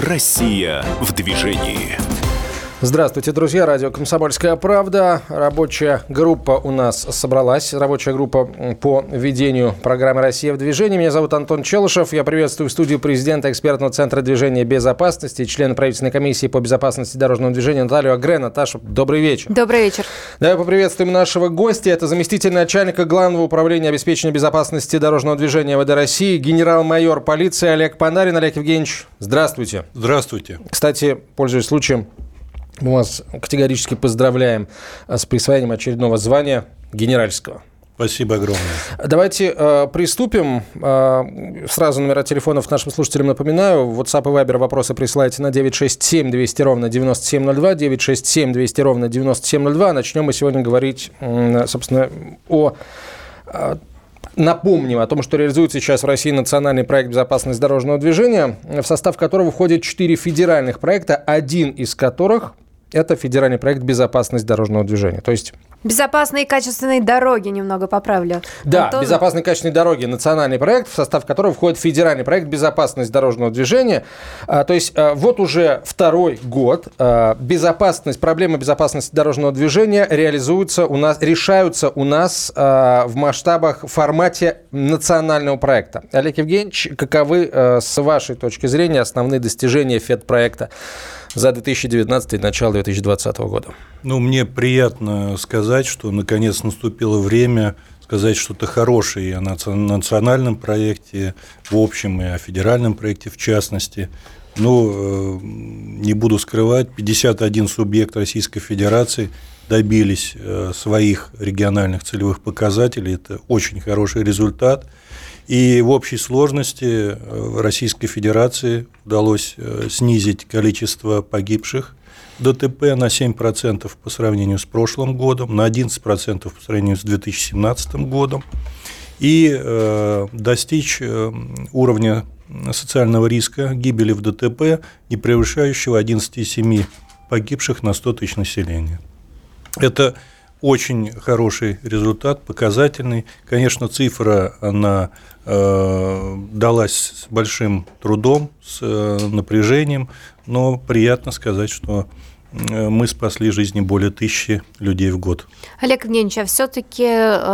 Россия в движении. Здравствуйте, друзья. Радио «Комсомольская правда». Рабочая группа у нас собралась. Рабочая группа по ведению программы «Россия в движении». Меня зовут Антон Челышев. Я приветствую в студии президента экспертного центра движения безопасности, члена правительственной комиссии по безопасности дорожного движения Наталью Агре. Наташа, добрый вечер. Добрый вечер. Давай поприветствуем нашего гостя. Это заместитель начальника Главного управления обеспечения безопасности дорожного движения МВД России, генерал-майор полиции Олег Панарин. Олег Евгеньевич, здравствуйте. Здравствуйте. Кстати, пользуясь случаем, мы вас категорически поздравляем с присвоением очередного звания генеральского. Спасибо огромное. Давайте приступим. Сразу номера телефонов нашим слушателям напоминаю. В WhatsApp и Viber вопросы присылайте на 967-200-97-02, 967-200-97-02. Начнем мы сегодня говорить, собственно, Напомним о том, что реализуется сейчас в России национальный проект «Безопасность дорожного движения», в состав которого входят 4 федеральных проекта, один из которых – это федеральный проект «Безопасность дорожного движения». То есть безопасные и качественные дороги, немного поправлю. Да, Антон... безопасные и качественные дороги – национальный проект, в состав которого входит федеральный проект «Безопасность дорожного движения». То есть вот уже второй год проблемы безопасности дорожного движения решаются у нас в масштабах, в формате национального проекта. Олег Евгеньевич, каковы, с вашей точки зрения, основные достижения ФЕД-проекта за 2019 и начало 2020 года? Мне приятно сказать, что наконец наступило время сказать что-то хорошее и о национальном проекте в общем, и о федеральном проекте в частности. Не буду скрывать, 51 субъект Российской Федерации добились своих региональных целевых показателей. Это очень хороший результат. И в общей сложности Российской Федерации удалось снизить количество погибших ДТП на 7% по сравнению с прошлым годом, на 11% по сравнению с 2017 годом и достичь уровня социального риска гибели в ДТП, не превышающего 11,7 погибших на 100 тысяч населения. Это очень хороший результат, показательный. Конечно, цифра, она далась с большим трудом, с напряжением, но приятно сказать, что мы спасли жизни более 1000 людей в год. Олег Евгеньевич, а все-таки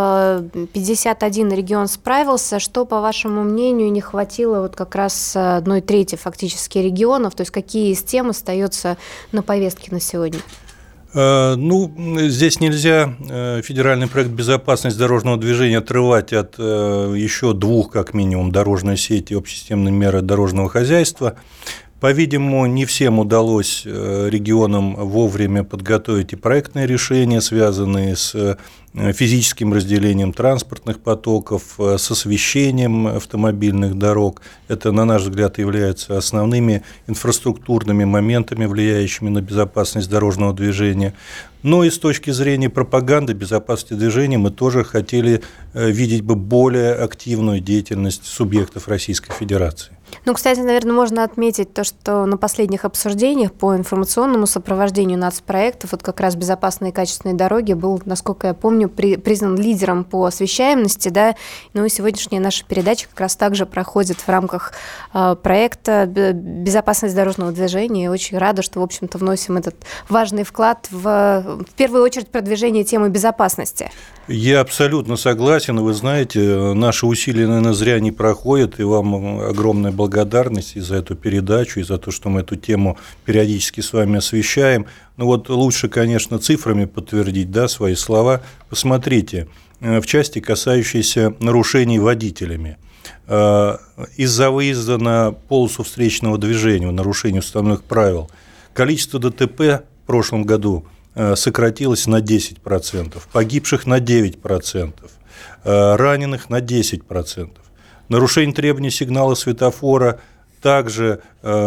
51 регион справился. Что, по вашему мнению, не хватило как раз 1/3 фактически регионов? То есть какие из тем остаются на повестке на сегодня? Здесь нельзя федеральный проект «Безопасность дорожного движения» отрывать от еще 2, как минимум, дорожной сети и общесистемной меры дорожного хозяйства. По-видимому, не всем удалось регионам вовремя подготовить и проектные решения, связанные с физическим разделением транспортных потоков, с освещением автомобильных дорог. Это, на наш взгляд, является основными инфраструктурными моментами, влияющими на безопасность дорожного движения. Но и с точки зрения пропаганды безопасности движения мы тоже хотели видеть бы более активную деятельность субъектов Российской Федерации. Кстати, наверное, можно отметить то, что на последних обсуждениях по информационному сопровождению нацпроектов как раз безопасные и качественные дороги был, насколько я помню, признан лидером по освещаемости, да, и сегодняшняя наша передача как раз также проходит в рамках проекта «Безопасность дорожного движения», и очень рада, что, в общем-то, вносим этот важный вклад в первую очередь продвижение темы безопасности. Я абсолютно согласен, вы знаете, наши усилия, наверное, зря не проходят, и вам огромная благодарность и за эту передачу, и за то, что мы эту тему периодически с вами освещаем. Лучше, конечно, цифрами подтвердить, свои слова. Посмотрите, в части, касающейся нарушений водителями. Из-за выезда на полосу встречного движения, нарушения установленных правил, количество ДТП в прошлом году сократилось на 10%, погибших на 9%, раненых на 10%. Нарушение требований сигнала светофора также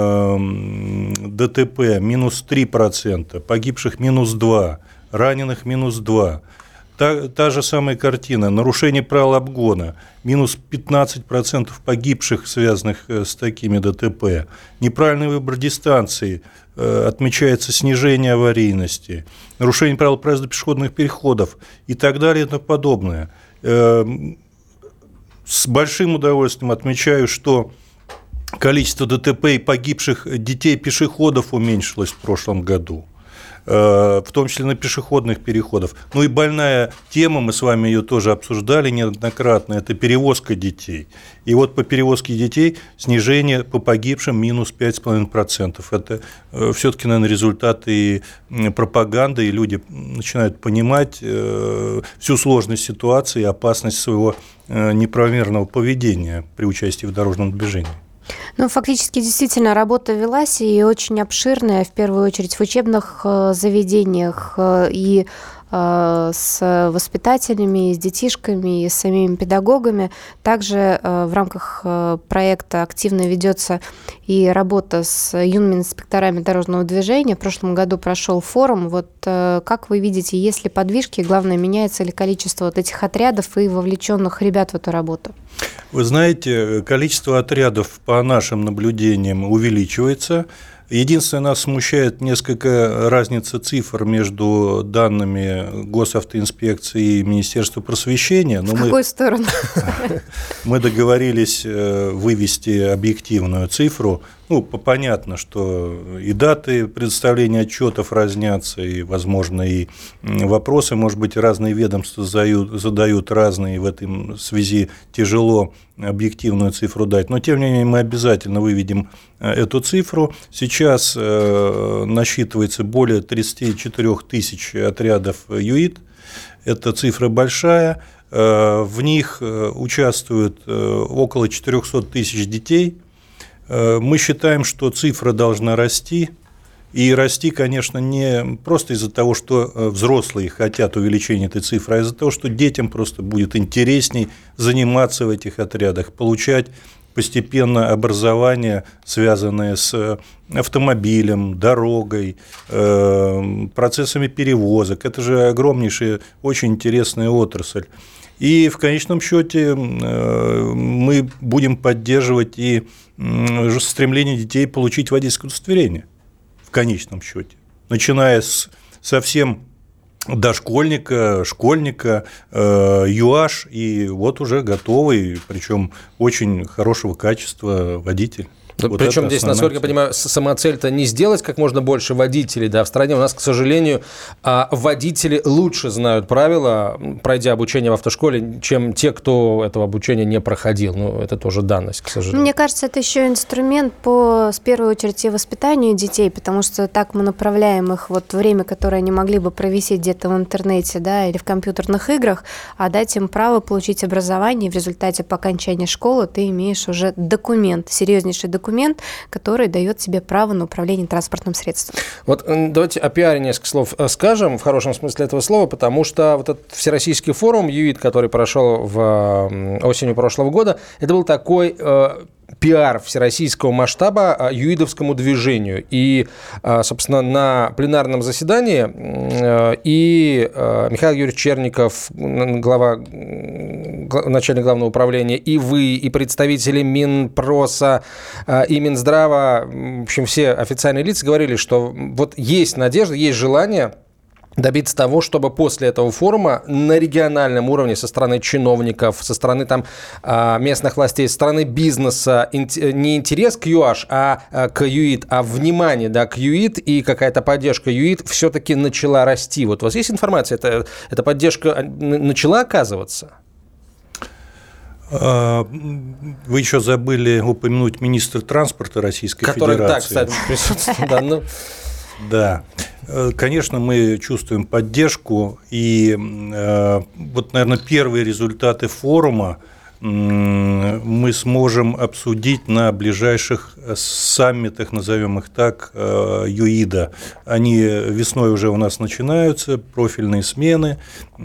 ДТП минус 3%, погибших минус 2%, раненых минус 2%. Та же самая картина. Нарушение правил обгона. Минус 15% погибших, связанных с такими ДТП. Неправильный выбор дистанции. Отмечается снижение аварийности. Нарушение правил проезда пешеходных переходов и так далее и тому подобное. С большим удовольствием отмечаю, что количество ДТП и погибших детей-пешеходов уменьшилось в прошлом году, в том числе на пешеходных переходах. Ну и больная тема, мы с вами ее тоже обсуждали неоднократно, это перевозка детей. И вот по перевозке детей снижение по погибшим минус 5,5%. Это все-таки, наверное, результат и пропаганды, и люди начинают понимать всю сложность ситуации и опасность своего неправомерного поведения при участии в дорожном движении. Ну, фактически, действительно, работа велась и очень обширная, в первую очередь в учебных заведениях и с воспитателями, и с детишками, и с самими педагогами. Также в рамках проекта активно ведется и работа с юными инспекторами дорожного движения. В прошлом году прошел форум. Вот как вы видите, есть ли подвижки, главное, меняется ли количество вот этих отрядов и вовлеченных ребят в эту работу? Вы знаете, количество отрядов по нашим наблюдениям увеличивается. Единственное, нас смущает несколько разница цифр между данными госавтоинспекции и Министерства просвещения. Но в какую сторону? Мы договорились вывести объективную цифру. Ну, понятно, что и даты предоставления отчетов разнятся, и, возможно, и вопросы, может быть, разные ведомства задают разные, в этом связи тяжело объективную цифру дать. Но, тем не менее, мы обязательно выведем эту цифру. Сейчас насчитывается более 34 тысяч отрядов ЮИД. Эта цифра большая. В них участвуют около 400 тысяч детей. Мы считаем, что цифра должна расти, и расти, конечно, не просто из-за того, что взрослые хотят увеличения этой цифры, а из-за того, что детям просто будет интересней заниматься в этих отрядах, получать постепенно образование, связанное с автомобилем, дорогой, процессами перевозок. Это же огромнейшая, очень интересная отрасль. И в конечном счете мы будем поддерживать и стремление детей получить водительское удостоверение, в конечном счете, начиная с совсем дошкольника, школьника, ЮАШ, и вот уже готовый, причем очень хорошего качества водитель. Вот причем здесь, насколько я понимаю, самоцель-то не сделать как можно больше водителей. Да? В стране у нас, к сожалению, водители лучше знают правила, пройдя обучение в автошколе, чем те, кто этого обучения не проходил. Ну, это тоже данность, к сожалению. Мне кажется, это еще инструмент по, в первую очередь, и воспитанию детей, потому что так мы направляем их вот время, которое они могли бы провисеть где-то в интернете, да, или в компьютерных играх, а дать им право получить образование. В результате по окончании школы ты имеешь уже документ, серьезнейший документ, который дает тебе право на управление транспортным средством. Вот давайте о пиаре несколько слов скажем, в хорошем смысле этого слова, потому что вот этот всероссийский форум ЮИД, который прошел осенью прошлого года, это был такой пиар всероссийского масштаба юидовскому движению. И, собственно, на пленарном заседании и Михаил Юрьевич Черников, начальник главного управления, и вы, и представители Минпроса, и Минздрава, в общем, все официальные лица говорили, что вот есть надежда, есть желание добиться того, чтобы после этого форума на региональном уровне со стороны чиновников, со стороны там местных властей, со стороны бизнеса не интерес к ЮАШ, а к ЮИД, а внимание, да, к ЮИД и какая-то поддержка ЮИД все-таки начала расти. Вот у вас есть информация, эта поддержка начала оказываться? Вы еще забыли упомянуть министра транспорта Российской Федерации. Который, да, кстати, присутствует, да, ну... Да, конечно, мы чувствуем поддержку, и вот, наверное, первые результаты форума мы сможем обсудить на ближайших саммитах, назовем их так, ЮИДа. Они весной уже у нас начинаются, профильные смены.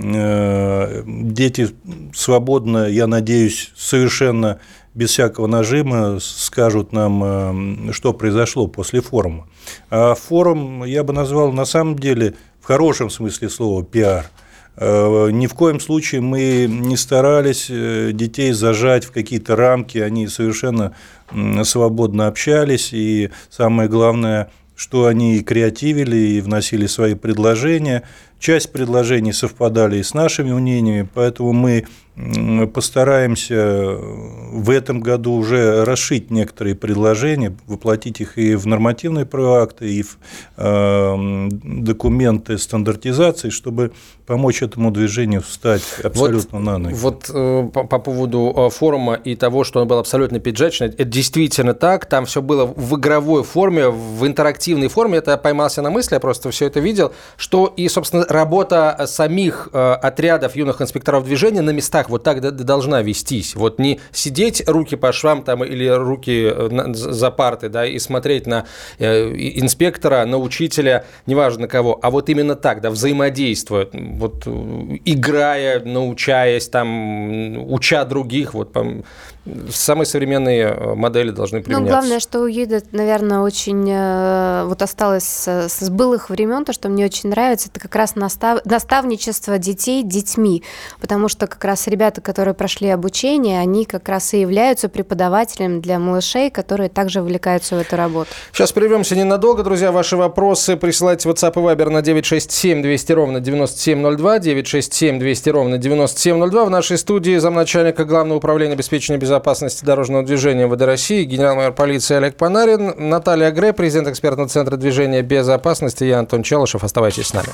Дети свободно, я надеюсь, совершенно без всякого нажима скажут нам, что произошло после форума. А форум я бы назвал на самом деле в хорошем смысле слова пиар. Ни в коем случае мы не старались детей зажать в какие-то рамки, они совершенно свободно общались, и самое главное, что они креативили и вносили свои предложения. Часть предложений совпадали и с нашими мнениями, поэтому мы постараемся в этом году уже расшить некоторые предложения, воплотить их и в нормативные акты, и в документы стандартизации, чтобы помочь этому движению встать абсолютно на ноги. Вот по поводу форума и того, что он был абсолютно пиджачный, это действительно так, там все было в игровой форме, в интерактивной форме, это я поймался на мысли, я просто все это видел, что и, собственно, работа самих отрядов юных инспекторов движения на местах вот так должна вестись. Вот не сидеть руки по швам там, или руки за парты, да, и смотреть на инспектора, на учителя, неважно на кого, а вот именно так, да, взаимодействуя, вот играя, научаясь, там, уча других, вот самые современные модели должны применяться. Ну, главное, что у ЮИДа, наверное, очень вот осталось с былых времен, то, что мне очень нравится, это как раз наставничество детей детьми, потому что как раз ребята, которые прошли обучение, они как раз и являются преподавателем для малышей, которые также вовлекаются в эту работу. Сейчас прервемся ненадолго, друзья. Ваши вопросы присылайте в WhatsApp и Viber на 967-200-97-02, 967-200-97-02. В нашей студии замначальника Главного управления обеспечения безопасности дорожного движения МВД России, генерал-майор полиции Олег Панарин, Наталья Гре, президент экспертного центра движения безопасности, я Антон Челышев. Оставайтесь с нами.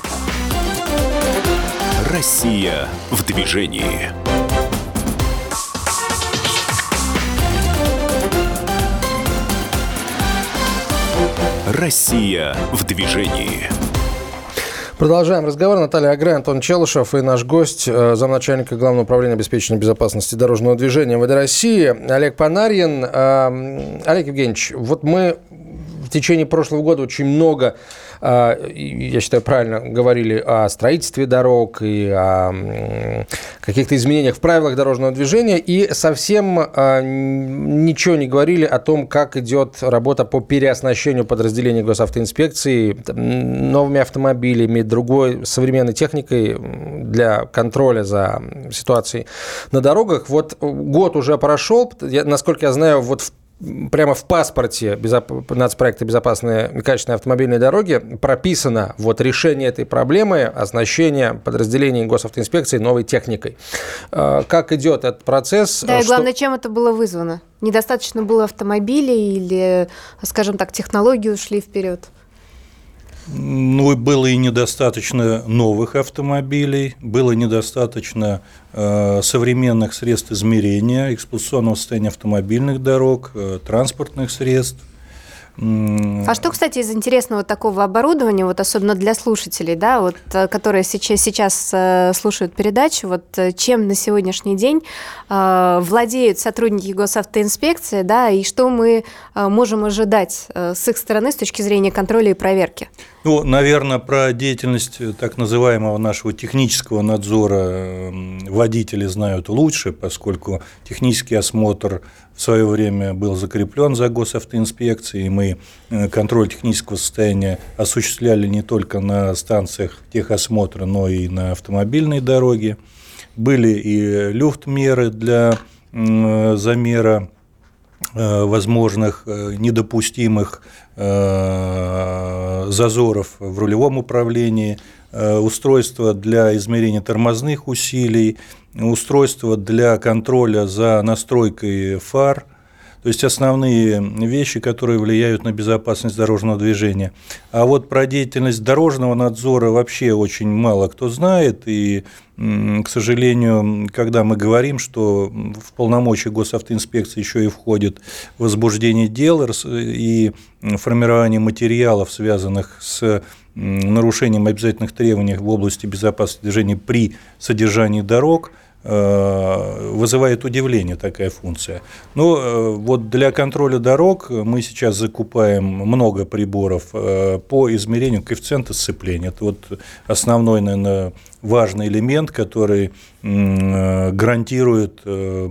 Россия в движении. Россия в движении. Продолжаем разговор. Наталья Агре, Антон Челышев и наш гость, замначальника Главного управления обеспечения безопасности дорожного движения МВД России Олег Панарин. Олег Евгеньевич, вот мы в течение прошлого года очень много, я считаю, правильно говорили о строительстве дорог и о каких-то изменениях в правилах дорожного движения, и совсем ничего не говорили о том, как идет работа по переоснащению подразделений госавтоинспекции новыми автомобилями, другой современной техникой для контроля за ситуацией на дорогах. Вот год уже прошел, насколько я знаю, вот прямо в паспорте нацпроекта «Безопасные и качественные автомобильные дороги» прописано вот решение этой проблемы, оснащение подразделений госавтоинспекции новой техникой. Как идет этот процесс? Да, и главное, чем это было вызвано? Недостаточно было автомобилей или, скажем так, технологии ушли вперед? Ну, было и недостаточно новых автомобилей, было недостаточно современных средств измерения, эксплуатационного состояния автомобильных дорог, транспортных средств. А что, кстати, из интересного такого оборудования, вот особенно для слушателей, да, вот, которые сейчас слушают передачу, вот чем на сегодняшний день владеют сотрудники госавтоинспекции, да, и что мы можем ожидать с их стороны с точки зрения контроля и проверки? Ну, наверное, про деятельность так называемого нашего технического надзора водители знают лучше, поскольку технический осмотр в свое время был закреплен за госавтоинспекцией, и мы контроль технического состояния осуществляли не только на станциях техосмотра, но и на автомобильной дороге. Были и люфт-меры для замера возможных недопустимых зазоров в рулевом управлении, устройства для измерения тормозных усилий, устройства для контроля за настройкой фар. То есть основные вещи, которые влияют на безопасность дорожного движения. А вот про деятельность дорожного надзора вообще очень мало кто знает. И, к сожалению, когда мы говорим, что в полномочия госавтоинспекции еще и входит возбуждение дел и формирование материалов, связанных с нарушением обязательных требований в области безопасности движения при содержании дорог, вызывает удивление такая функция. Но вот для контроля дорог мы сейчас закупаем много приборов по измерению коэффициента сцепления. Это вот основной, наверное, важный элемент, который гарантирует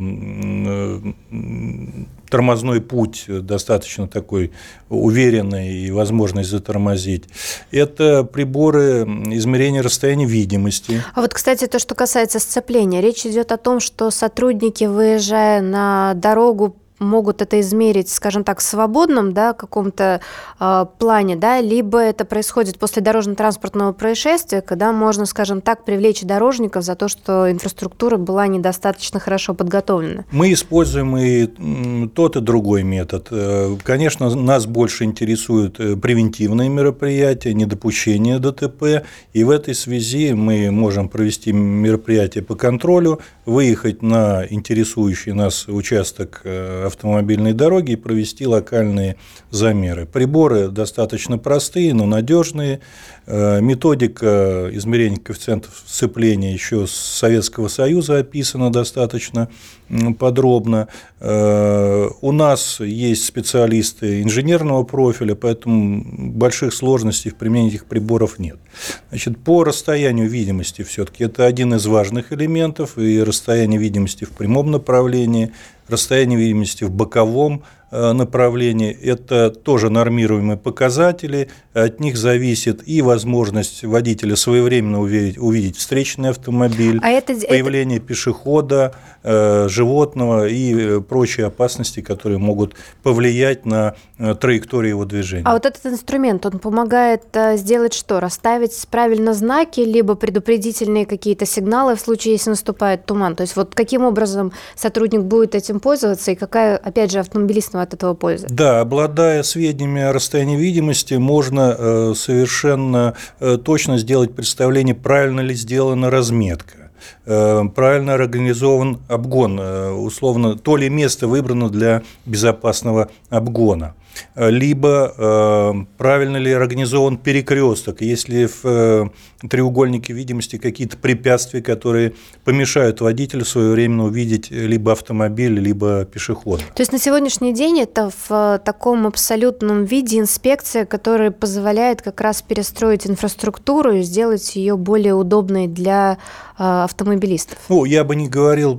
тормозной путь достаточно такой уверенный и возможность затормозить. Это приборы измерения расстояния видимости. А вот, кстати, то, что касается сцепления, речь идет о том, что сотрудники, выезжая на дорогу, могут это измерить, скажем так, в свободном, да, каком-то плане, да, либо это происходит после дорожно-транспортного происшествия, когда можно, скажем так, привлечь дорожников за то, что инфраструктура была недостаточно хорошо подготовлена? Мы используем и тот, и другой метод. Конечно, нас больше интересуют превентивные мероприятия, недопущение ДТП, и в этой связи мы можем провести мероприятие по контролю, выехать на интересующий нас участок автомобильной дороги и провести локальные замеры. Приборы достаточно простые, но надежные. Методика измерения коэффициентов сцепления еще с Советского Союза описана достаточно подробно. У нас есть специалисты инженерного профиля, поэтому больших сложностей в применении этих приборов нет. Значит, по расстоянию видимости все-таки это один из важных элементов, и расстояние видимости в прямом направлении, расстояние видимости в боковом направлении – это тоже нормируемые показатели, от них зависит и возможность водителя своевременно увидеть встречный автомобиль, появление пешехода, животного и прочие опасности, которые могут повлиять на траекторию его движения. А вот этот инструмент, он помогает сделать что? Расставить правильно знаки, либо предупредительные какие-то сигналы в случае, если наступает туман? То есть вот каким образом сотрудник будет этим пользоваться и какая, опять же, автомобилистам от этого польза? Да, обладая сведениями о расстоянии видимости, можно совершенно точно сделать представление, правильно ли сделана разметка, правильно организован обгон, условно, то ли место выбрано для безопасного обгона, либо правильно ли организован перекресток, если в треугольнике видимости какие-то препятствия, которые помешают водителю своевременно увидеть либо автомобиль, либо пешехода. То есть на сегодняшний день это в таком абсолютном виде инспекция, которая позволяет как раз перестроить инфраструктуру и сделать ее более удобной для автомобилистов? Ну, я бы не говорил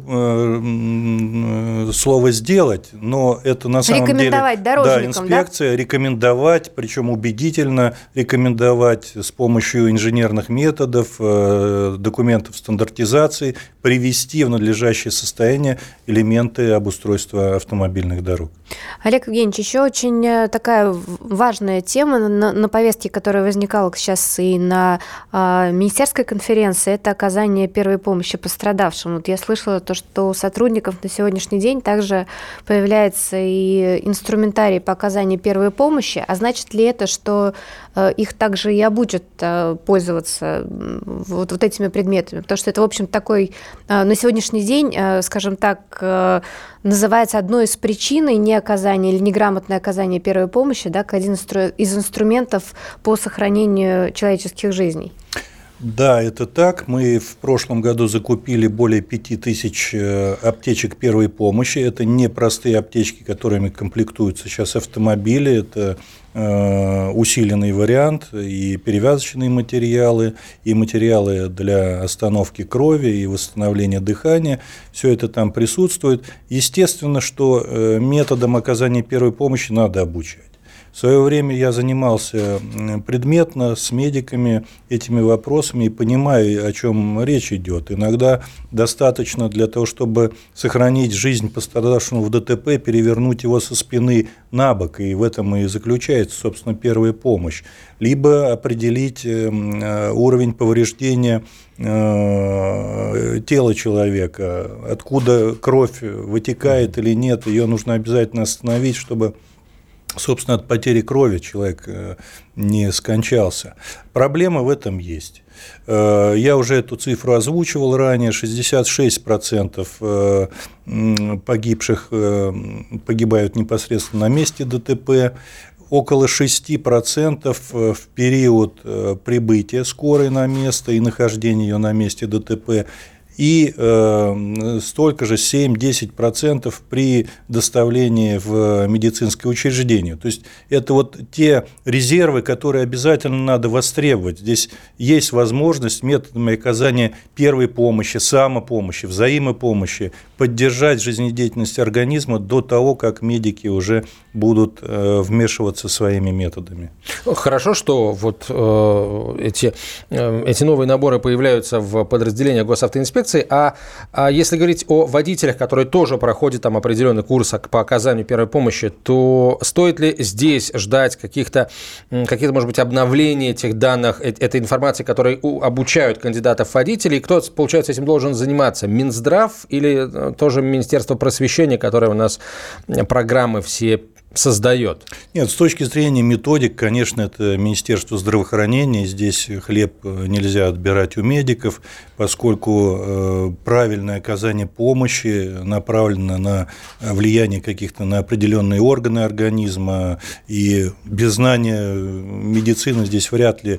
слово «сделать», но это на самом деле… Рекомендовать дорожникам, да, инспекция, рекомендовать, причем убедительно рекомендовать с помощью инженерных методов, документов стандартизации привести в надлежащее состояние элементы обустройства автомобильных дорог. Олег Евгеньевич, еще очень такая важная тема на повестке, которая возникала сейчас и на министерской конференции, это оказание первой помощи пострадавшим. Вот я слышала то, что у сотрудников на сегодняшний день также появляется и инструментарий по оказанию первой помощи, а значит ли это, что их также и обучат пользоваться вот этими предметами? Потому что это, в общем, такой на сегодняшний день, скажем так, называется одной из причин неоказания или неграмотное оказание первой помощи, да, как один из инструментов по сохранению человеческих жизней. Да, это так. Мы в прошлом году закупили более 5000 аптечек первой помощи. Это не простые аптечки, которыми комплектуются сейчас автомобили. Это усиленный вариант, и перевязочные материалы, и материалы для остановки крови и восстановления дыхания. Все это там присутствует. Естественно, что методом оказания первой помощи надо обучать. В свое время я занимался предметно с медиками этими вопросами и понимаю, о чем речь идет. Иногда достаточно для того, чтобы сохранить жизнь пострадавшему в ДТП, перевернуть его со спины на бок, и в этом и заключается, собственно, первая помощь. Либо определить уровень повреждения тела человека, откуда кровь вытекает или нет, ее нужно обязательно остановить, чтобы, собственно, от потери крови человек не скончался. Проблема в этом есть. Я уже эту цифру озвучивал ранее. 66% погибших погибают непосредственно на месте ДТП. Около 6% в период прибытия скорой на место и нахождения ее на месте ДТП. И столько же, 7-10% при доставлении в медицинское учреждение. То есть это вот те резервы, которые обязательно надо востребовать. Здесь есть возможность методами оказания первой помощи, самопомощи, взаимопомощи поддержать жизнедеятельность организма до того, как медики уже будут вмешиваться своими методами. Хорошо, что вот эти новые наборы появляются в подразделениях госавтоинспекции. инспекции. А если говорить о водителях, которые тоже проходят там определенный курс по оказанию первой помощи, то стоит ли здесь ждать каких-то, может быть, обновлений этих данных, этой информации, которые обучают кандидатов в водителей? Кто, получается, этим должен заниматься? Минздрав или тоже Министерство просвещения, которое у нас программы все создает? Нет, с точки зрения методик, конечно, это Министерство здравоохранения. Здесь хлеб нельзя отбирать у медиков, поскольку правильное оказание помощи направлено на влияние каких-то на определенные органы организма, и без знания медицины здесь вряд ли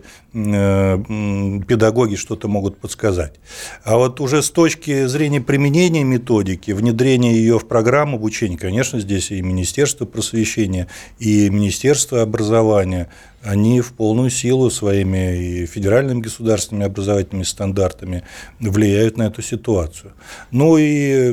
педагоги что-то могут подсказать. А вот уже с точки зрения применения методики, внедрения ее в программу обучения, конечно, здесь и Министерство просвещения, и Министерство образования, они в полную силу своими и федеральными государственными образовательными стандартами влияют на эту ситуацию. Ну и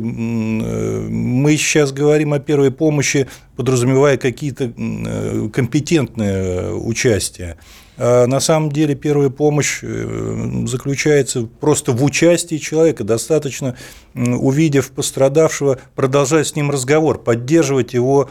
мы сейчас говорим о первой помощи, подразумевая какие-то компетентные участия. А на самом деле первая помощь заключается просто в участии человека. Достаточно, увидев пострадавшего, продолжать с ним разговор, поддерживать его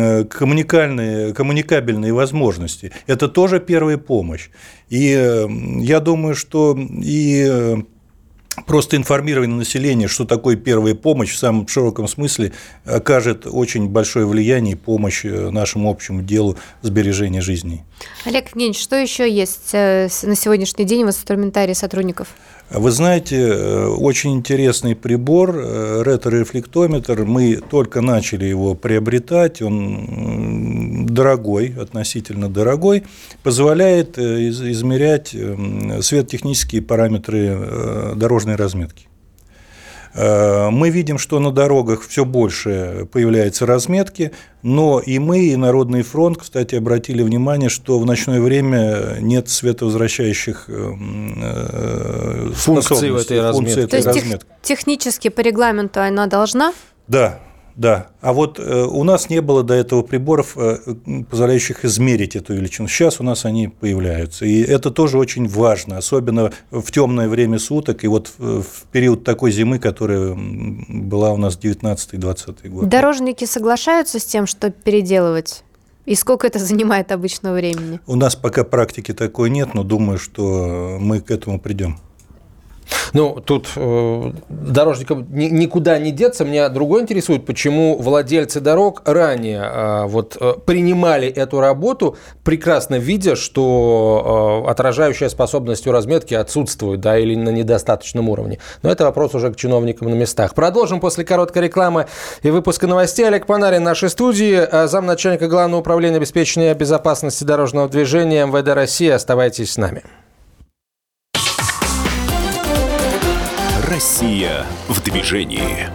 коммуникабельные возможности. Это тоже первая помощь. И я думаю, что и просто информирование населения, что такое первая помощь, в самом широком смысле окажет очень большое влияние и помощь нашему общему делу сбережения жизней. Олег Евгеньевич, что еще есть на сегодняшний день в инструментарии сотрудников? Вы знаете, очень интересный прибор, ретро-рефлектометр. Мы только начали его приобретать, он дорогой, относительно дорогой, позволяет измерять светотехнические параметры дорожной разметки. Мы видим, что на дорогах все больше появляется разметки, но и мы, и Народный фронт, кстати, обратили внимание, что в ночное время нет световозвращающих функций в этой разметке. То есть технически по регламенту она должна? Да. Да, а вот у нас не было до этого приборов, позволяющих измерить эту величину. Сейчас у нас они появляются, и это тоже очень важно, особенно в темное время суток и вот в период такой зимы, которая была у нас 19-20 год. Дорожники соглашаются с тем, что переделывать? И сколько это занимает обычного времени? У нас пока практики такой нет, но думаю, что мы к этому придем. Ну, тут дорожникам никуда не деться. Меня другое интересует, почему владельцы дорог ранее принимали эту работу, прекрасно видя, что отражающая способность у разметки отсутствует, да, или на недостаточном уровне. Но это вопрос уже к чиновникам на местах. Продолжим после короткой рекламы и выпуска новостей. Олег Панарин в нашей студии, замначальника Главного управления обеспечения безопасности дорожного движения МВД России. Оставайтесь с нами. Россия в движении.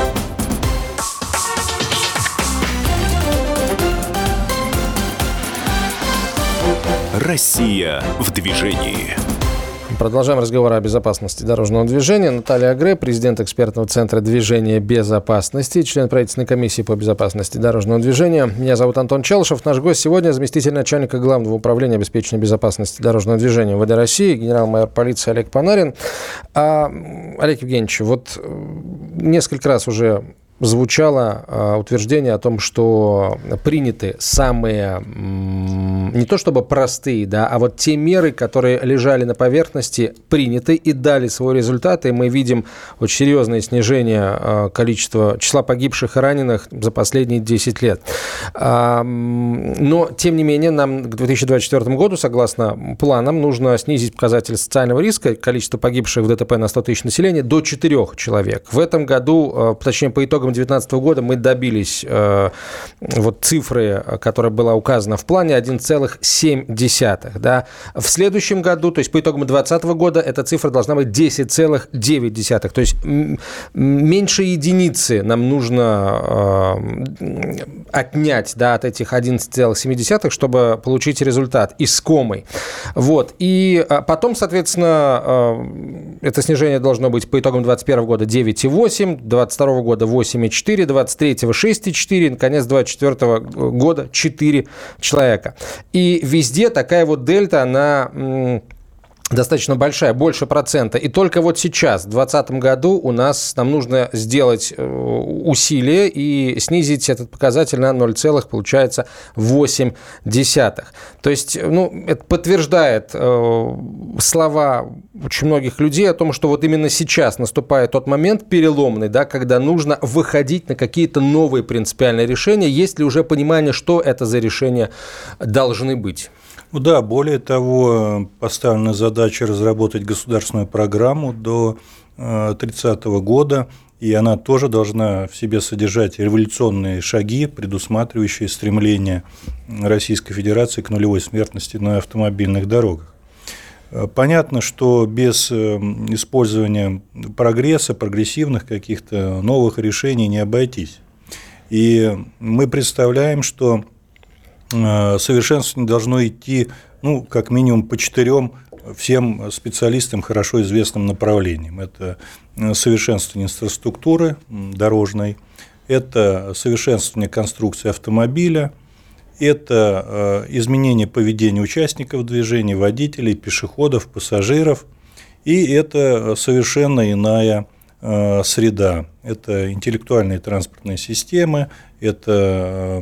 Россия в движении. Продолжаем разговор о безопасности дорожного движения. Наталья Агре, президент экспертного центра движения безопасности, член правительственной комиссии по безопасности дорожного движения. Меня зовут Антон Челышев. Наш гость сегодня заместитель начальника Главного управления обеспечения безопасности дорожного движения МВД России, генерал-майор полиции Олег Панарин. Олег Евгеньевич, вот несколько раз уже звучало утверждение о том, что приняты самые, не то чтобы простые, да, а вот те меры, которые лежали на поверхности, приняты и дали свой результат, и мы видим очень серьезное снижение числа погибших и раненых за последние 10 лет. Но, тем не менее, нам к 2024 году, согласно планам, нужно снизить показатель социального риска, количество погибших в ДТП на 100 тысяч населения, до 4 человек. В этом году, точнее, по итогам 2019 года мы добились цифры, которая была указана в плане, 1,7. Да. В следующем году, то есть по итогам 2020 года, эта цифра должна быть 10,9. То есть меньше единицы нам нужно отнять, да, от этих 11,7, чтобы получить результат искомый. Вот. И потом, соответственно, это снижение должно быть по итогам 2021 года 9,8, 2022 года 8,4, 23-го 6,4, наконец, 2024 года 4 человека. И везде такая вот дельта, она достаточно большая, больше процента. И только вот сейчас, в 2020 году, нам нужно сделать усилие и снизить этот показатель на 0,8. То есть, это подтверждает слова очень многих людей о том, что вот именно сейчас наступает тот момент переломный, да, когда нужно выходить на какие-то новые принципиальные решения. Есть ли уже понимание, что это за решения должны быть? Да, более того, поставлена задача разработать государственную программу до 2030 года, и она тоже должна в себе содержать революционные шаги, предусматривающие стремление Российской Федерации к нулевой смертности на автомобильных дорогах. Понятно, что без использования прогрессивных каких-то новых решений не обойтись. И мы представляем, что совершенствование должно идти, как минимум по 4 всем специалистам хорошо известным направлениям. Это совершенствование инфраструктуры дорожной, это совершенствование конструкции автомобиля, это изменение поведения участников движения, водителей, пешеходов, пассажиров, и это совершенно иная среда. Это интеллектуальные транспортные системы, это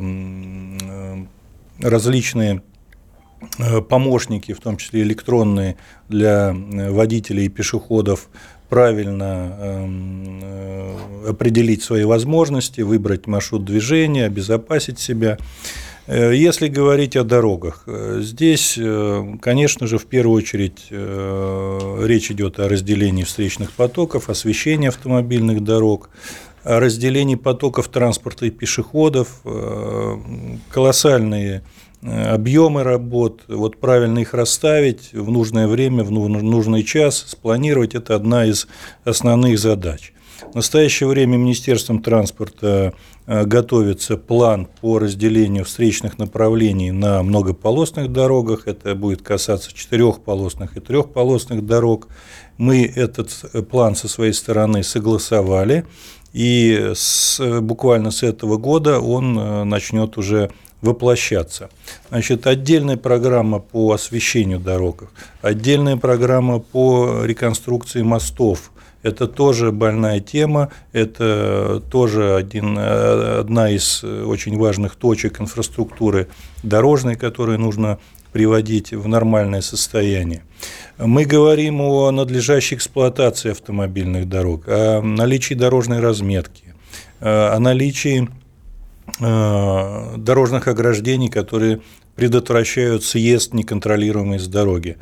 различные помощники, в том числе электронные, для водителей и пешеходов, правильно определить свои возможности, выбрать маршрут движения, обезопасить себя. Если говорить о дорогах, здесь, конечно же, в первую очередь речь идет о разделении встречных потоков, освещении автомобильных дорог, о разделении потоков транспорта и пешеходов, колоссальные объемы работ, вот правильно их расставить в нужное время, в нужный час, спланировать – это одна из основных задач. В настоящее время Министерством транспорта готовится план по разделению встречных направлений на многополосных дорогах. Это будет касаться 4-полосных и 3-полосных дорог. Мы этот план со своей стороны согласовали, и буквально с этого года он начнет уже воплощаться. Значит, отдельная программа по освещению дорог, отдельная программа по реконструкции мостов. Это тоже больная тема, это тоже одна из очень важных точек инфраструктуры дорожной, которую нужно приводить в нормальное состояние. Мы говорим о надлежащей эксплуатации автомобильных дорог, о наличии дорожной разметки, о наличии дорожных ограждений, которые предотвращают съезд неконтролируемый с дороги.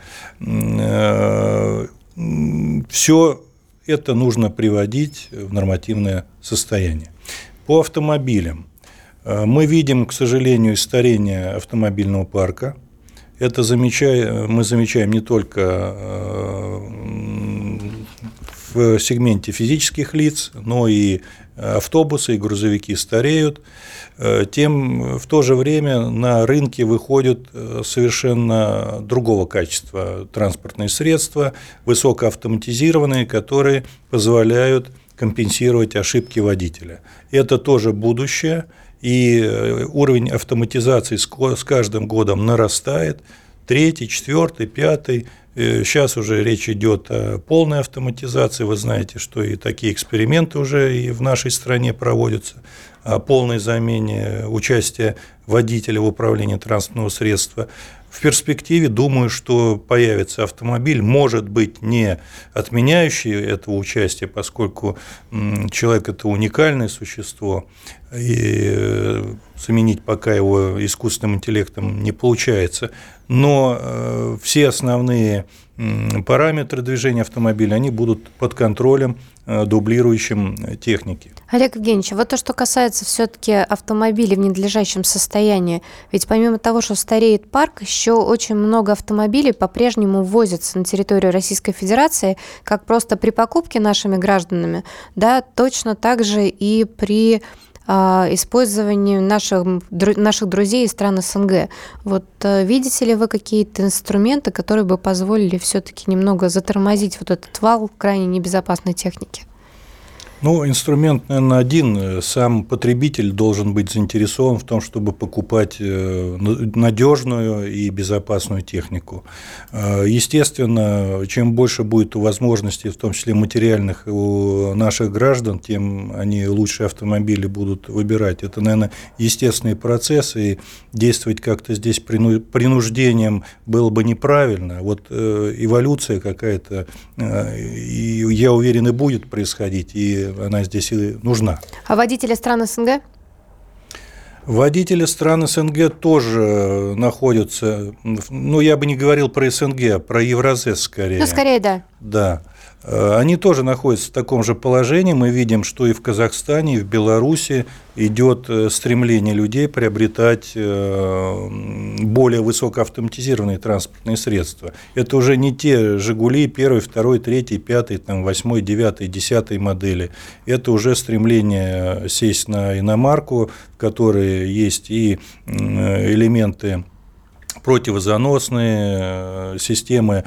Все это нужно приводить в нормативное состояние. По автомобилям. Мы видим, к сожалению, старение автомобильного парка. Это мы замечаем не только в сегменте физических лиц, но и автобусы и грузовики стареют. В то же время на рынке выходят совершенно другого качества транспортные средства, высокоавтоматизированные, которые позволяют компенсировать ошибки водителя. Это тоже будущее, и уровень автоматизации с каждым годом нарастает. 3-й, 4-й, 5-й. Сейчас уже речь идет о полной автоматизации. Вы знаете, что и такие эксперименты уже и в нашей стране проводятся, о полной замене участия водителя в управлении транспортного средства. В перспективе, думаю, что появится автомобиль, может быть, не отменяющий этого участия, поскольку человек – это уникальное существо, и заменить пока его искусственным интеллектом не получается. Но все основные параметры движения автомобиля, они будут под контролем дублирующим техники. Олег Евгеньевич, вот то, что касается все-таки автомобилей в ненадлежащем состоянии, ведь помимо того, что стареет парк, еще очень много автомобилей по-прежнему ввозятся на территорию Российской Федерации, как просто при покупке нашими гражданами, да, точно так же и при использовании наших друзей из стран СНГ. Вот видите ли вы какие-то инструменты, которые бы позволили все-таки немного затормозить вот этот вал крайне небезопасной техники? Инструмент, наверное, один. Сам потребитель должен быть заинтересован в том, чтобы покупать надежную и безопасную технику. Естественно, чем больше будет возможностей, в том числе материальных, у наших граждан, тем они лучшие автомобили будут выбирать. Это, наверное, естественный процесс, и действовать как-то здесь принуждением было бы неправильно. Вот эволюция какая-то, я уверен, и будет происходить, и она здесь и нужна. А водители стран СНГ? Водители стран СНГ тоже находятся, я бы не говорил про СНГ, а про Евразес скорее. Скорее, да. Да. Они тоже находятся в таком же положении. Мы видим, что и в Казахстане, и в Беларуси идет стремление людей приобретать более высокоавтоматизированные транспортные средства. Это уже не те «Жигули» 1, 2, 3, 5, 8, 9, 10 модели. Это уже стремление сесть на иномарку, в которой есть и элементы противозаносные, системы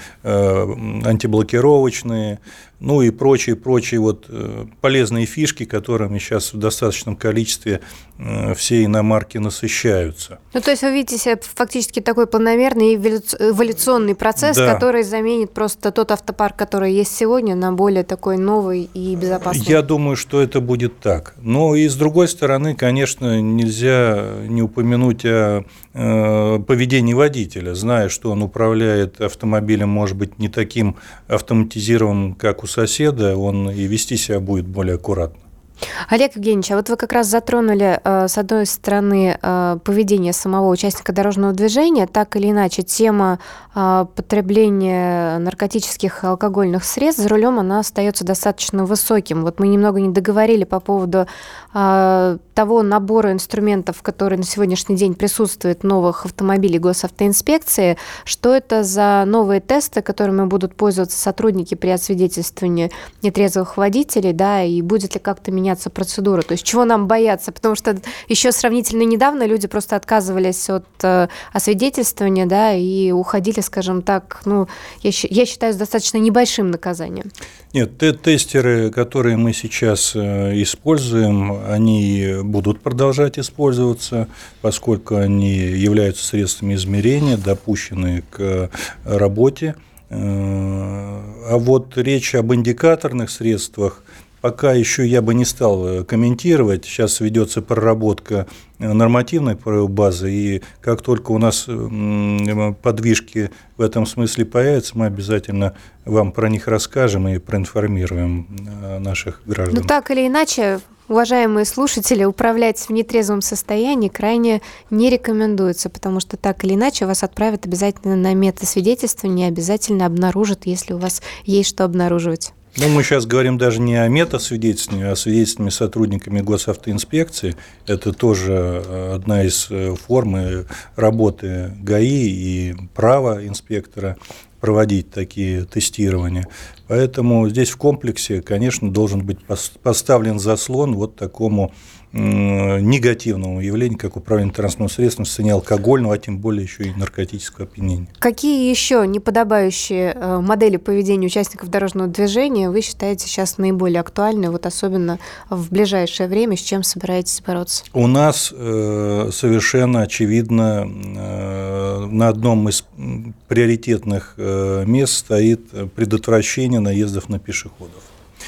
антиблокировочные, и прочие полезные фишки, которыми сейчас в достаточном количестве все иномарки насыщаются. То есть вы видите себе фактически такой планомерный эволюционный процесс, да, который заменит просто тот автопарк, который есть сегодня, на более такой новый и безопасный? Я думаю, что это будет так. Но и с другой стороны, конечно, нельзя не упомянуть о поведении водителя, зная, что он управляет автомобилем, может быть, не таким автоматизированным, как у соседа, он и вести себя будет более аккуратно. Олег Евгеньевич, а вот вы как раз затронули, с одной стороны, поведение самого участника дорожного движения, так или иначе, тема потребления наркотических и алкогольных средств за рулем, она остается достаточно высоким. Вот мы немного не договорили по поводу того набора инструментов, который на сегодняшний день присутствует в новых автомобилях госавтоинспекции. Что это за новые тесты, которыми будут пользоваться сотрудники при освидетельствовании нетрезвых водителей, да, и будет ли как-то меняться процедура? То есть чего нам бояться? Потому что еще сравнительно недавно люди просто отказывались от освидетельствования, да, и уходили, скажем так, я считаю, с достаточно небольшим наказанием. Нет, тестеры, которые мы сейчас используем, они будут продолжать использоваться, поскольку они являются средствами измерения, допущенные к работе. А вот речь об индикаторных средствах пока еще я бы не стал комментировать. Сейчас ведется проработка нормативной базы, и как только у нас подвижки в этом смысле появятся, мы обязательно вам про них расскажем и проинформируем наших граждан. Так или иначе, уважаемые слушатели, управлять в нетрезвом состоянии крайне не рекомендуется, потому что так или иначе вас отправят обязательно на метасвидетельствование, обязательно обнаружат, если у вас есть что обнаруживать. Мы сейчас говорим даже не о метасвидетельствовании, а о свидетельствовании сотрудниками госавтоинспекции. Это тоже одна из форм работы ГАИ и права инспектора проводить такие тестирования. Поэтому здесь в комплексе, конечно, должен быть поставлен заслон вот такому негативному явлению, как управление транспортным средством в состоянии алкогольного, а тем более еще и наркотического опьянения. Какие еще неподобающие модели поведения участников дорожного движения вы считаете сейчас наиболее актуальны, вот особенно в ближайшее время, с чем собираетесь бороться? У нас совершенно очевидно на одном из приоритетных мест стоит предотвращение наездов на пешеходов.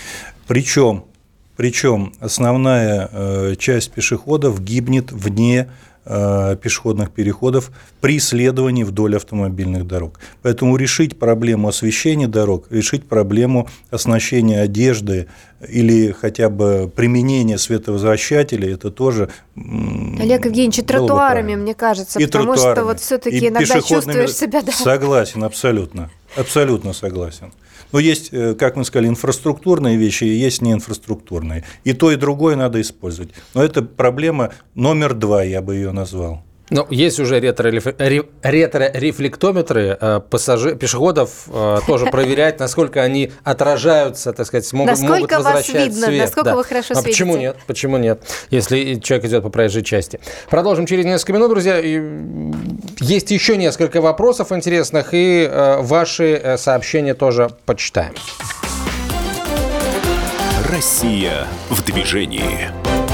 Причем основная часть пешеходов гибнет вне пешеходных переходов при следовании вдоль автомобильных дорог. Поэтому решить проблему освещения дорог, решить проблему оснащения одежды или хотя бы применения световозвращателей, это тоже Олег Евгеньевич, и тротуарами, мне кажется, и потому что вот все-таки иногда чувствуешь себя... Да. Согласен, абсолютно согласен. Но есть, как мы сказали, инфраструктурные вещи, и есть неинфраструктурные. И то, и другое надо использовать. Но это проблема номер 2, я бы ее назвал. Есть уже ретро-рефлектометры пешеходов, тоже проверять, насколько они отражаются, так сказать, могут возвращать свет. Насколько вас видно, насколько вы хорошо светите. Почему нет, если человек идет по проезжей части. Продолжим через несколько минут, друзья. Есть еще несколько вопросов интересных, и ваши сообщения тоже почитаем. Россия в движении.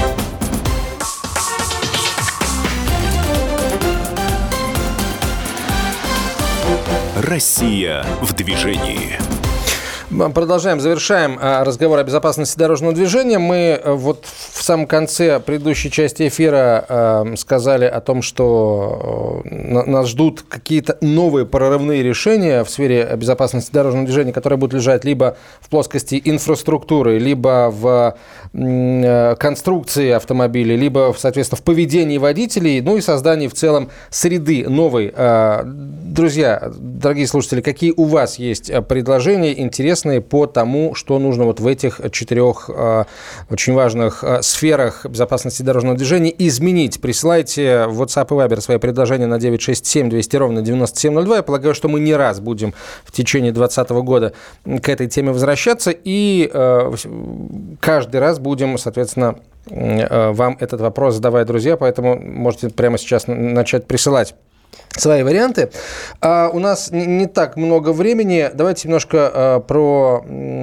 Россия в движении. Продолжаем, завершаем разговор о безопасности дорожного движения. Мы вот в самом конце предыдущей части эфира сказали о том, что нас ждут какие-то новые прорывные решения в сфере безопасности дорожного движения, которые будут лежать либо в плоскости инфраструктуры, либо в конструкции автомобилей, либо, соответственно, в поведении водителей, ну и создании в целом среды новой. Друзья, дорогие слушатели, какие у вас есть предложения, интересные по тому, что нужно вот в этих 4 очень важных сферах безопасности дорожного движения изменить? Присылайте в WhatsApp и Viber свои предложения на 967 200 ровно 9702. Я полагаю, что мы не раз будем в течение 2020 года к этой теме возвращаться, и каждый раз будем, соответственно, вам этот вопрос задавать, друзья, поэтому можете прямо сейчас начать присылать свои варианты. У нас не так много времени. Давайте немножко про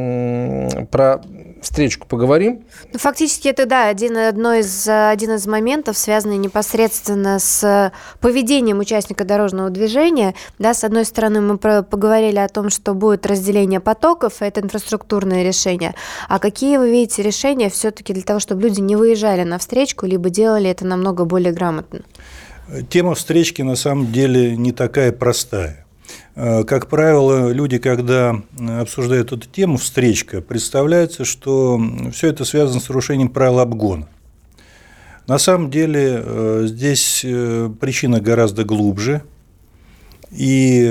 встречку поговорим. Фактически это, да, один из моментов, связанный непосредственно с поведением участника дорожного движения. Да, с одной стороны, мы поговорили о том, что будет разделение потоков, это инфраструктурное решение. А какие вы видите решения все-таки для того, чтобы люди не выезжали на встречку, либо делали это намного более грамотно? Тема встречки на самом деле не такая простая. Как правило, люди, когда обсуждают эту тему, встречка, представляется, что все это связано с нарушением правил обгона. На самом деле здесь причина гораздо глубже. И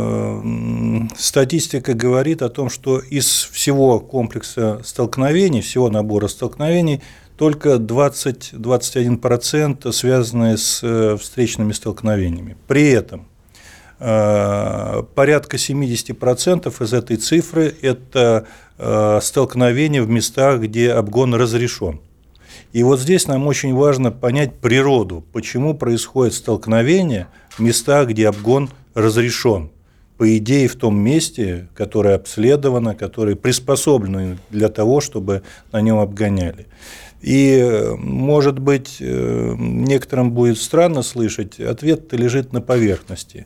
статистика говорит о том, что из всего комплекса столкновений, всего набора столкновений, только 20-21% связаны с встречными столкновениями. При этом порядка 70% из этой цифры – это столкновения в местах, где обгон разрешен. И вот здесь нам очень важно понять природу, почему происходит столкновение в местах, где обгон разрешен. По идее, в том месте, которое обследовано, которое приспособлено для того, чтобы на нем обгоняли. И, может быть, некоторым будет странно слышать, ответ-то лежит на поверхности.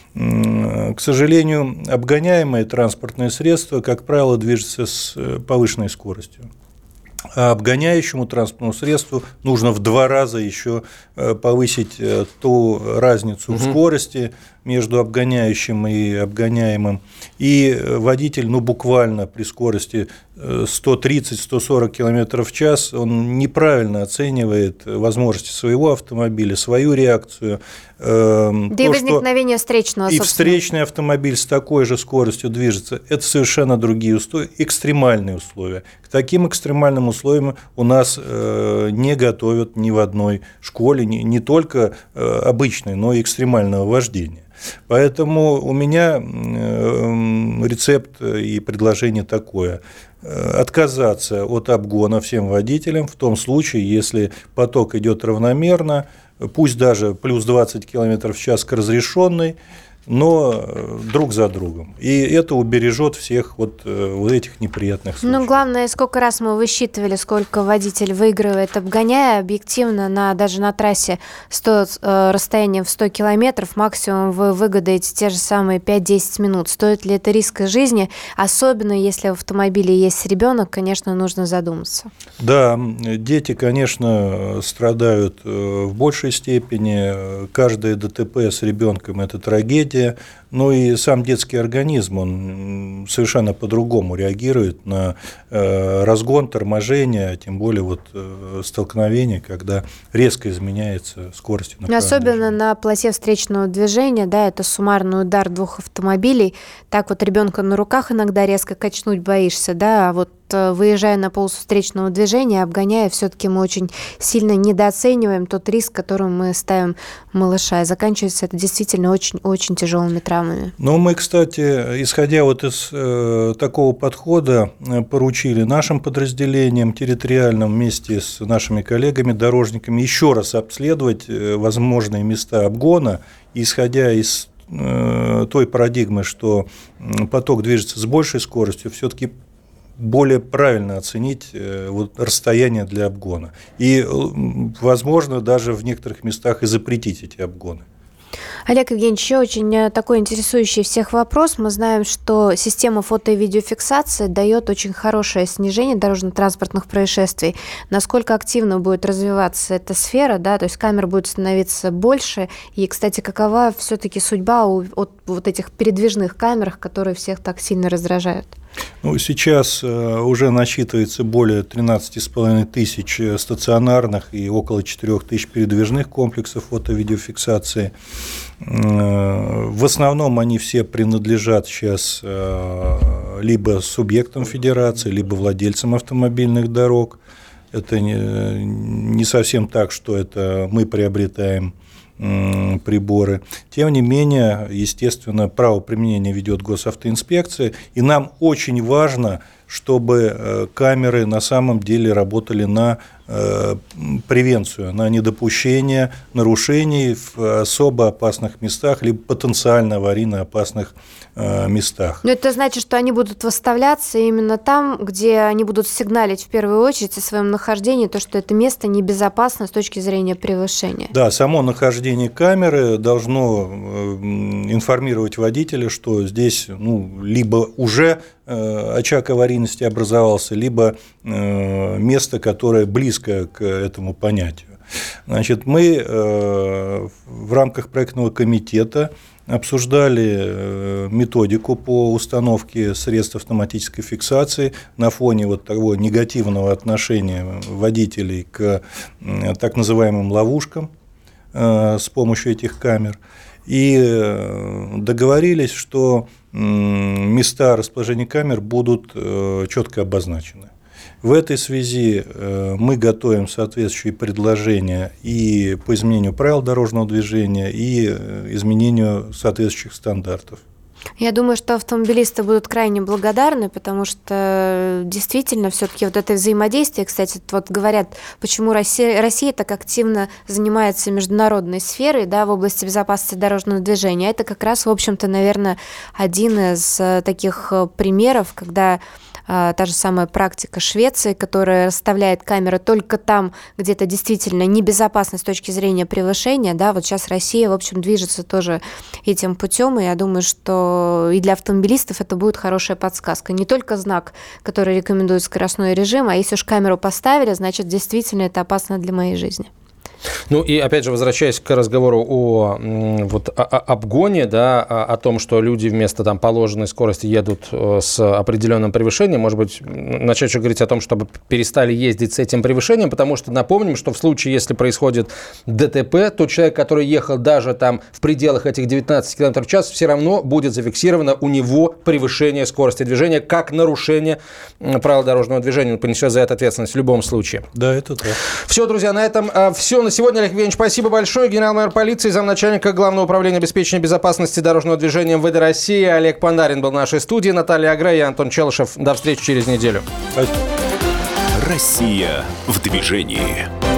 К сожалению, обгоняемые транспортные средства, как правило, движутся с повышенной скоростью. А обгоняющему транспортному средству нужно в 2 раза еще повысить ту разницу в скорости между обгоняющим и обгоняемым. И водитель, буквально при скорости 130-140 км в час, он неправильно оценивает возможности своего автомобиля, свою реакцию. Да и возникновение встречного, и встречный автомобиль с такой же скоростью движется. Это совершенно другие условия, экстремальные условия. К таким экстремальным условиям у нас не готовят ни в одной школе, не только обычной, но и экстремального вождения. Поэтому у меня рецепт и предложение такое: отказаться от обгона всем водителям в том случае, если поток идет равномерно, пусть даже плюс 20 км в час к разрешенной, но друг за другом. И это убережет всех вот этих неприятных случаев. Ну, главное, сколько раз мы высчитывали, сколько водитель выигрывает, обгоняя, объективно, даже на трассе расстоянием в 100 километров, максимум вы выгодаете те же самые 5-10 минут. Стоит ли это риска жизни? Особенно, если в автомобиле есть ребенок, конечно, нужно задуматься. Да, дети, конечно, страдают в большей степени. Каждое ДТП с ребенком – это трагедия. Ну и сам детский организм, он совершенно по-другому реагирует на разгон, торможение, тем более столкновение, когда резко изменяется скорость. Особенно на полосе встречного движения, да, это суммарный удар 2 автомобилей. Так вот ребенка на руках иногда резко качнуть боишься, да, а вот выезжая на полосу встречного движения, обгоняя, все-таки мы очень сильно недооцениваем тот риск, которым мы ставим малыша. И заканчивается это действительно очень-очень тяжелыми травмами. Но мы, кстати, исходя из такого подхода, поручили нашим подразделениям территориальным вместе с нашими коллегами-дорожниками еще раз обследовать возможные места обгона, исходя из той парадигмы, что поток движется с большей скоростью, все-таки более правильно оценить вот расстояние для обгона. И, возможно, даже в некоторых местах и запретить эти обгоны. Олег Евгеньевич, еще очень такой интересующий всех вопрос. Мы знаем, что система фото- и видеофиксации дает очень хорошее снижение дорожно-транспортных происшествий. Насколько активно будет развиваться эта сфера, да, то есть камер будет становиться больше. И, кстати, какова все-таки судьба от вот этих передвижных камер, которые всех так сильно раздражают? Ну, сейчас уже насчитывается более 13,5 тысяч стационарных и около 4 тысяч передвижных комплексов фото-видеофиксации. В основном они все принадлежат сейчас либо субъектам федерации, либо владельцам автомобильных дорог. Это не совсем так, что это мы приобретаем приборы. Тем не менее, естественно, право применения ведет госавтоинспекция, и нам очень важно, чтобы камеры на самом деле работали на превенцию, на недопущение нарушений в особо опасных местах, либо потенциально аварийно опасных местах. Но это значит, что они будут выставляться именно там, где они будут сигналить в первую очередь о своем нахождении, то, что это место небезопасно с точки зрения превышения. Да, само нахождение камеры должно информировать водителя, что здесь либо уже очаг аварийности образовался, либо место, которое близко к этому понятию. Значит, мы в рамках проектного комитета обсуждали методику по установке средств автоматической фиксации на фоне вот того негативного отношения водителей к так называемым ловушкам с помощью этих камер. И договорились, что места расположения камер будут четко обозначены. В этой связи мы готовим соответствующие предложения и по изменению правил дорожного движения, и изменению соответствующих стандартов. Я думаю, что автомобилисты будут крайне благодарны, потому что действительно все-таки вот это взаимодействие, кстати, вот говорят, почему Россия так активно занимается международной сферой, да, в области безопасности дорожного движения. Это как раз, в общем-то, наверное, один из таких примеров, когда та же самая практика Швеции, которая расставляет камеры только там, где это действительно небезопасно с точки зрения превышения, да, вот сейчас Россия, в общем, движется тоже этим путем, и я думаю, что и для автомобилистов это будет хорошая подсказка. Не только знак, который рекомендует скоростной режим, а если уж камеру поставили, значит, действительно это опасно для моей жизни. Ну и опять же, возвращаясь к разговору о обгоне, да, о том, что люди вместо там положенной скорости едут с определенным превышением, может быть, начать еще говорить о том, чтобы перестали ездить с этим превышением, потому что напомним, что в случае, если происходит ДТП, то человек, который ехал даже там в пределах этих 19 км в час, все равно будет зафиксировано у него превышение скорости движения как нарушение правил дорожного движения. Он понесет за это ответственность в любом случае. Да, это так. Все, друзья, на этом все на сегодня. Олег Евгеньевич, спасибо большое. Генерал-майор полиции, замначальника Главного управления обеспечения безопасности дорожного движения МВД России Олег Пандарин был в нашей студии. Наталья Агрей и Антон Челышев. До встречи через неделю. Спасибо. Россия в движении.